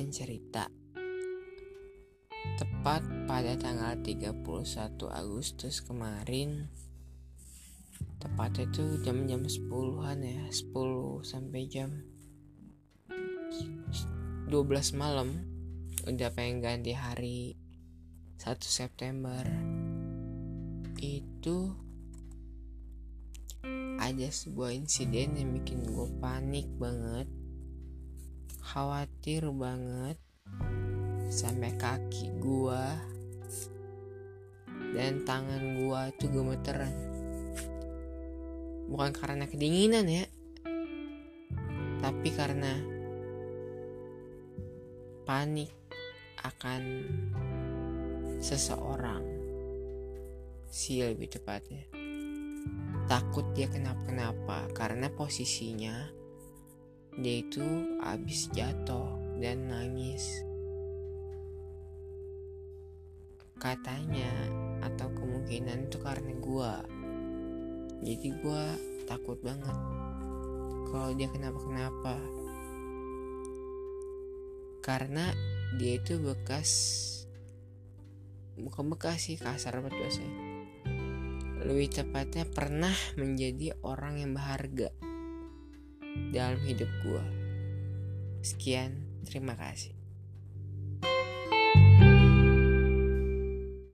pengen cerita. Tepat pada tanggal 31 Agustus kemarin, tepatnya itu jam 10-an ya, 10 sampai jam 12 malam, udah pengen ganti hari 1 September. Itu ada sebuah insiden yang bikin gue panik banget, khawatir banget, sampai kaki gue dan tangan gue tuh gemeteran. Bukan karena kedinginan ya, tapi karena panik akan seseorang, lebih tepatnya. Takut dia kenapa-kenapa karena posisinya dia itu habis jatuh dan nangis. Katanya atau kemungkinan itu karena gue. Jadi gue takut banget kalau dia kenapa-kenapa. Karena dia itu bukan bekas sih, kasar banget bahasanya. Lebih tepatnya pernah menjadi orang yang berharga dalam hidup gue. Sekian, terima kasih.